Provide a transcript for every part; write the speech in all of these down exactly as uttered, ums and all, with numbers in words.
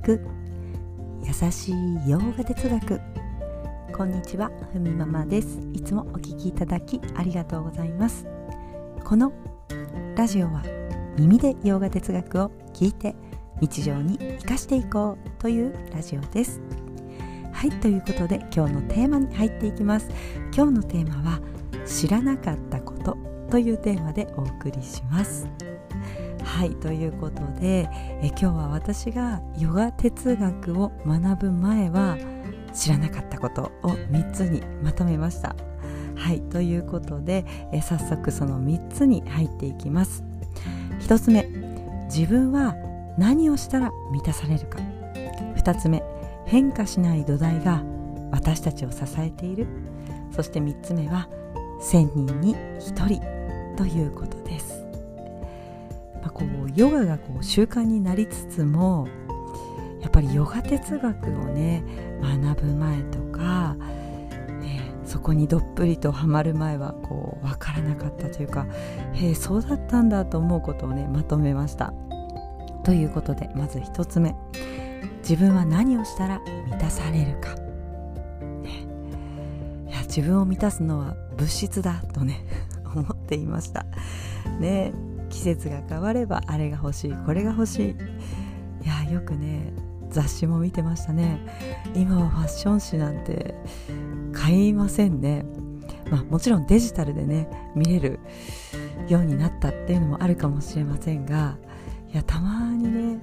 聞く優しい洋画哲学。こんにちは、ふみママです。いつもお聞きいただきありがとうございます。このラジオは耳で洋画哲学を聞いて日常に生かしていこうというラジオです。はい、ということで今日のテーマに入っていきます。今日のテーマは知らなかったことというテーマでお送りします。はい、ということでえ今日は私がヨガ哲学を学ぶ前は知らなかったことをみっつにまとめました。はい、ということでえ早速そのみっつに入っていきます。ひとつめ、自分は何をしたら満たされるか。ふたつめ、変化しない土台が私たちを支えている。そしてみっつめはせんにんにひとりということです。まあ、こうヨガがこう習慣になりつつも、やっぱりヨガ哲学をね学ぶ前とか、ね、そこにどっぷりとハマる前はこう分からなかったというか、へえそうだったんだと思うことをねまとめました。ということでまずひとつめ、自分は何をしたら満たされるか、ね、いや自分を満たすのは物質だとね思っていましたね。季節が変わればあれが欲しいこれが欲しい、いやよくね雑誌も見てましたね。今はファッション誌なんて買いませんね。まあもちろんデジタルでね見れるようになったっていうのもあるかもしれませんが、いやたまにね、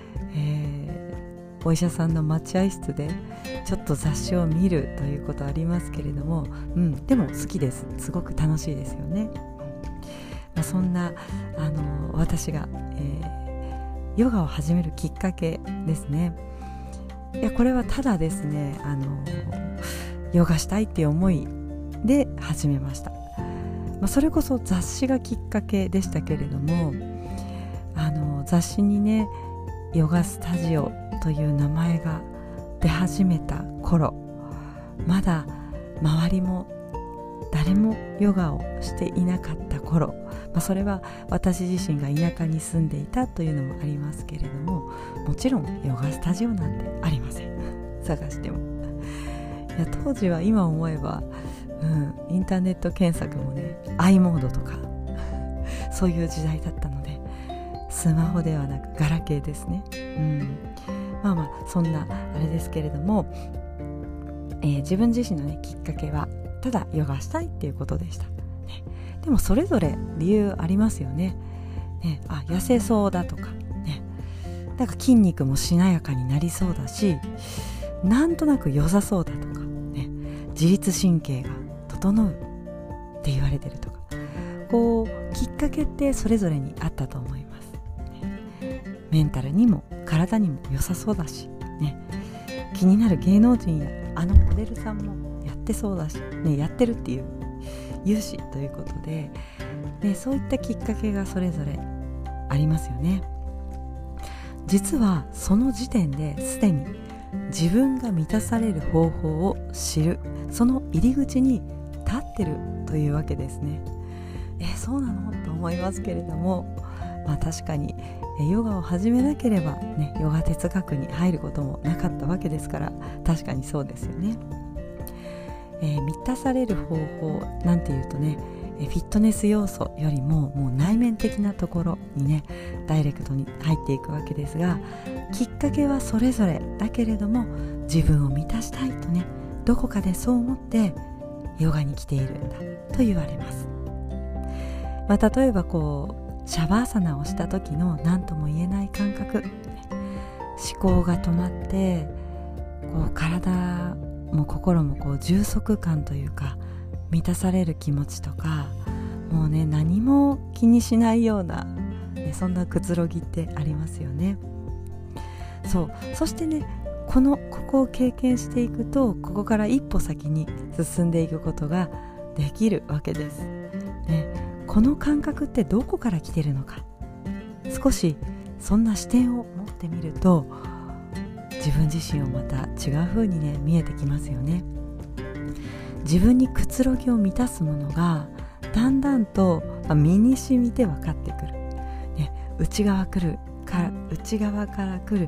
えー、お医者さんの待合室でちょっと雑誌を見るということありますけれども、うん、でも好きです。すごく楽しいですよね。まあ、そんなあの私が、えー、ヨガを始めるきっかけですね。いやこれはただですねあのヨガしたいっていう思いで始めました。まあ、それこそ雑誌がきっかけでしたけれども、あの雑誌にねヨガスタジオという名前が出始めた頃、まだ周りも誰もヨガをしていなかった頃、まあ、それは私自身が田舎に住んでいたというのもありますけれども、もちろんヨガスタジオなんてありません探しても。いや当時は今思えば、うん、インターネット検索もね i モードとかそういう時代だったので、スマホではなくガラケーですね、うん、まあまあそんなあれですけれども、えー、自分自身のねきっかけはただヨガしたいっていうことでした、ね、でもそれぞれ理由ありますよね。ね、あ痩せそうだとかね、なんか筋肉もしなやかになりそうだし、なんとなく良さそうだとか、ね、自律神経が整うって言われてるとか、こうきっかけってそれぞれにあったと思います、ね、メンタルにも体にも良さそうだし、ね、気になる芸能人やあのモデルさんもやってそうだし、ね、やってるっていう有志ということで、ね、そういったきっかけがそれぞれありますよね。実はその時点ですでに自分が満たされる方法を知る、その入り口に立ってるというわけですね。えそうなのと思いますけれども、まあ確かにヨガを始めなければねヨガ哲学に入ることもなかったわけですから、確かにそうですよね。えー、満たされる方法なんていうとね、フィットネス要素よりももう内面的なところにねダイレクトに入っていくわけですが、きっかけはそれぞれだけれども自分を満たしたいとねどこかでそう思ってヨガに来ているんだと言われます。まあ、例えばこうシャバーサナをした時の何とも言えない感覚、思考が止まってこう体も心もこう充足感というか満たされる気持ちとか、もうね何も気にしないような、ね、そんなくつろぎってありますよね。そうそしてねこのここを経験していくと、ここから一歩先に進んでいくことができるわけです、ね、この感覚ってどこから来てるのか、少しそんな視点を持ってみると自分自身をまた違う風にね見えてきますよね。自分にくつろぎを満たすものがだんだんと身に染みて分かってくる、ね、内側来るか内側から来る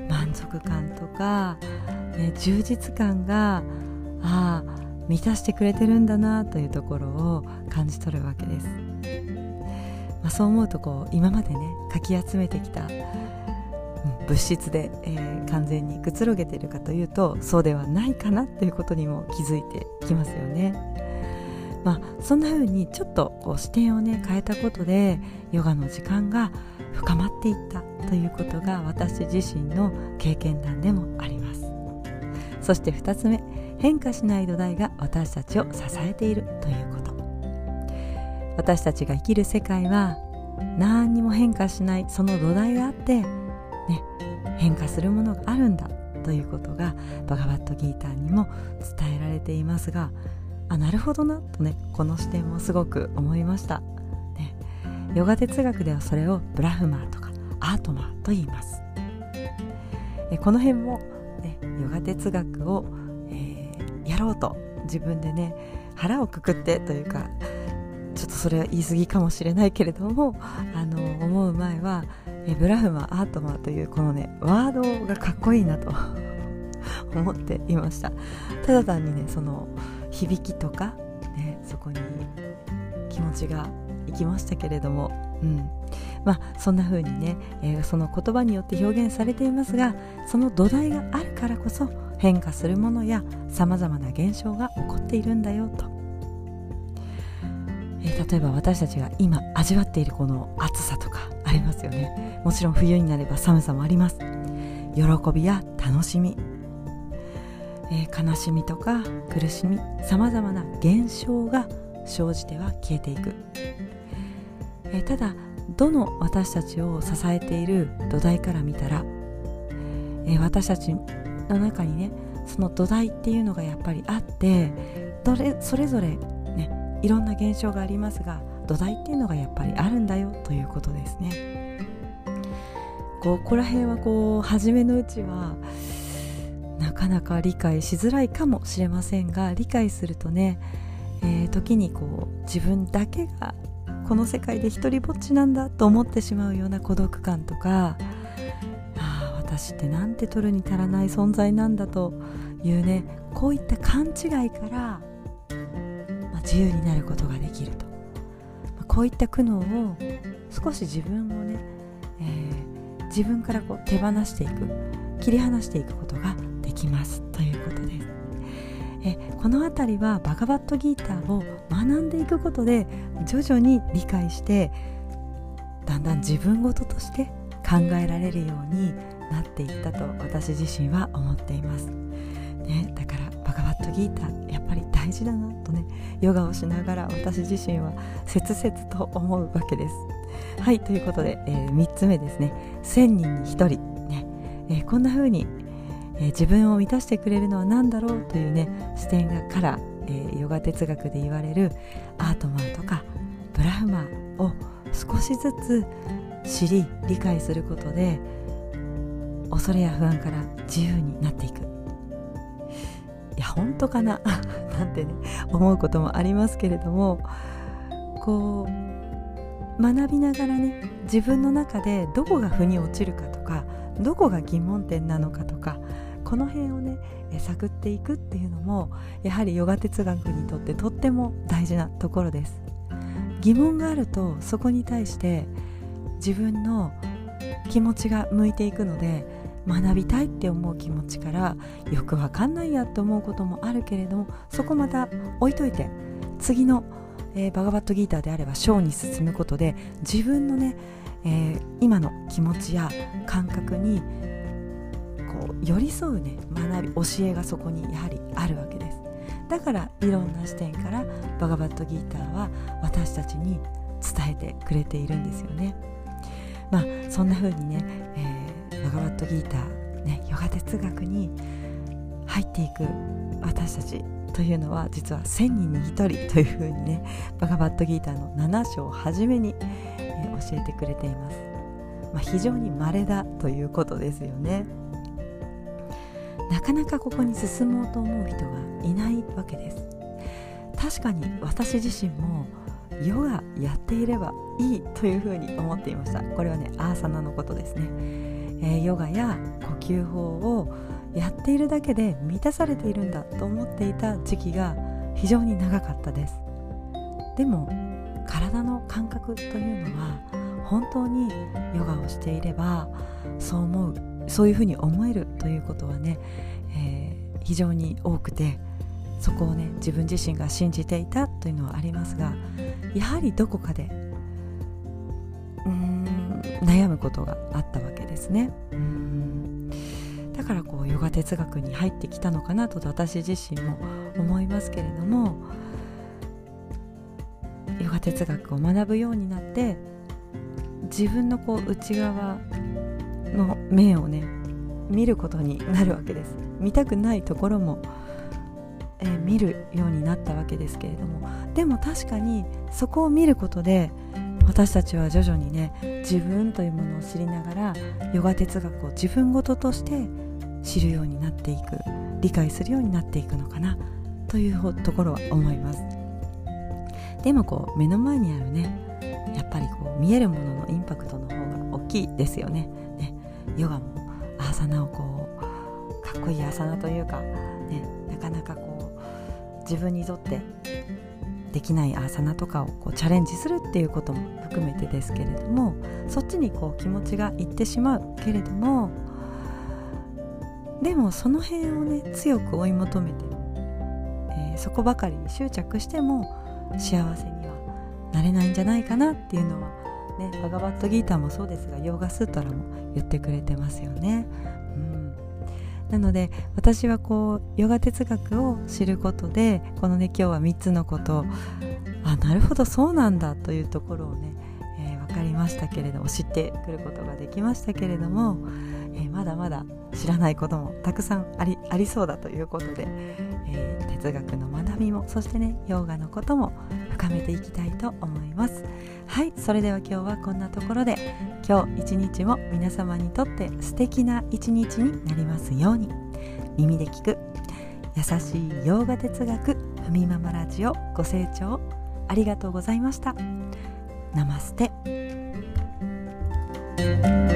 満足感とか、ね、充実感がああ満たしてくれてるんだなというところを感じ取るわけです。まあ、そう思うとこう今までねかき集めてきた、うん、物質で、えー、完全にくつろげているかというとそうではないかなということにも気づいてきますよね。まあ、そんな風にちょっとこう視点をね変えたことでヨガの時間が深まっていったということが私自身の経験談でもあります。そしてふたつめ、変化しない土台が私たちを支えているということ。私たちが生きる世界は何にも変化しないその土台があって、ね、変化するものがあるんだということがバガバットギーターにも伝えられていますが、あ、なるほどなとね、この視点もすごく思いました、ね、ヨガ哲学ではそれをブラフマーとかアートマーと言います。えこの辺も、ね、ヨガ哲学を、えー、やろうと自分でね腹をくくってというか、ちょっとそれは言い過ぎかもしれないけれども、あの思う前はえブラフマーアートマーというこのねワードがかっこいいなと思っていました。ただ単にねその響きとか、ね、そこに気持ちがいきましたけれども、うん、まあそんな風にね、えー、その言葉によって表現されていますが、その土台があるからこそ変化するものやさまざまな現象が起こっているんだよと。えー、例えば私たちが今味わっているこの暑さとかありますよね。もちろん冬になれば寒さもあります。喜びや楽しみ、えー、悲しみとか苦しみ、さまざまな現象が生じては消えていく、えー、ただどの私たちを支えている土台から見たら、えー、私たちの中にねその土台っていうのがやっぱりあって、どれそれぞれねいろんな現象がありますが、土台っていうのがやっぱりあるんだよということですね。ここら辺はこう初めのうちはなかなか理解しづらいかもしれませんが、理解するとね、えー、時にこう自分だけがこの世界で一人ぼっちなんだと思ってしまうような孤独感とか、ああ私ってなんて取るに足らない存在なんだというね、こういった勘違いから、まあ、自由になることができると、まあ、こういった苦悩を少し自分をね、えー、自分からこう手放していく、切り離していくことができますということです。えこのあたりはバガバットギーターを学んでいくことで徐々に理解して、だんだん自分ごととして考えられるようになっていったと私自身は思っています、ね、だからバガバットギーターやっぱり大事だなとね、ヨガをしながら私自身は切々と思うわけです。はい、ということで、えー、みっつめですね、せんにんにひとり、ねえー、こんな風にえー、自分を満たしてくれるのは何だろうというね視点がから、えー、ヨガ哲学で言われるアートマーとかブラフマーを少しずつ知り理解することで、恐れや不安から自由になっていく。いや本当かななんてね思うこともありますけれども、こう学びながらね自分の中でどこが腑に落ちるかとか、どこが疑問点なのかとか、この辺をね探っていくっていうのもやはりヨガ哲学にとってとっても大事なところです。疑問があるとそこに対して自分の気持ちが向いていくので、学びたいって思う気持ちからよくわかんないやと思うこともあるけれども、そこまた置いといて次の、えー、バガバットギーターであれば章に進むことで自分のね、えー、今の気持ちや感覚にこう寄り添うね学び教えがそこにやはりあるわけです。だからいろんな視点からバガバットギーターは私たちに伝えてくれているんですよね。まあそんな風にね、えー、バガバットギーター、ね、ヨガ哲学に入っていく私たちというのは実はせんにんにひとりという風にねバガバットギーターのなな章はじめに、えー、教えてくれています。まあ、非常に稀だということですよね。なかなかここに進もうと思う人がいないわけです。確かに私自身もヨガやっていればいいというふうに思っていました。これはねアーサナのことですね。 えー、ヨガや呼吸法をやっているだけで満たされているんだと思っていた時期が非常に長かったです。でも体の感覚というのは本当にヨガをしていればそう思う、そういうふうに思えるということはね、えー、非常に多くて、そこをね自分自身が信じていたというのはありますが、やはりどこかでうーん悩むことがあったわけですね。うーんだからこうヨガ哲学に入ってきたのかなと私自身も思いますけれども、ヨガ哲学を学ぶようになって自分のこう内側の面をね見ることになるわけです。見たくないところも、えー、見るようになったわけですけれども、でも確かにそこを見ることで私たちは徐々にね自分というものを知りながらヨガ哲学を自分ごととして知るようになっていく、理解するようになっていくのかなというところは思います。でもこう目の前にあるね、やっぱりこう見えるもののインパクトの方が大きいですよね。ね、ヨガもアーサナをこうかっこいいアーサナというか、ね、なかなかこう自分にとってできないアーサナとかをこうチャレンジするっていうことも含めてですけれども、そっちにこう気持ちがいってしまうけれども、でもその辺をね強く追い求めても、えー、そこばかりに執着しても幸せにはなれないんじゃないかなっていうのはね、バガバットギーターもそうですが、ヨーガスートラも言ってくれてますよね。うん、なので私はこうヨガ哲学を知ることで、このね今日はみっつのことを、あ、なるほどそうなんだというところをね、えー、分かりましたけれども、知ってくることができましたけれども、えー、まだまだ知らないこともたくさんあり、ありそうだということで、えー、哲学の学びも、そしてねヨーガのことも深めていきたいと思います。はい、それでは今日はこんなところで、今日一日も皆様にとって素敵な一日になりますように。耳で聞く優しいヨーガ哲学ふみママラジオ、ご清聴ありがとうございました。ナマステ。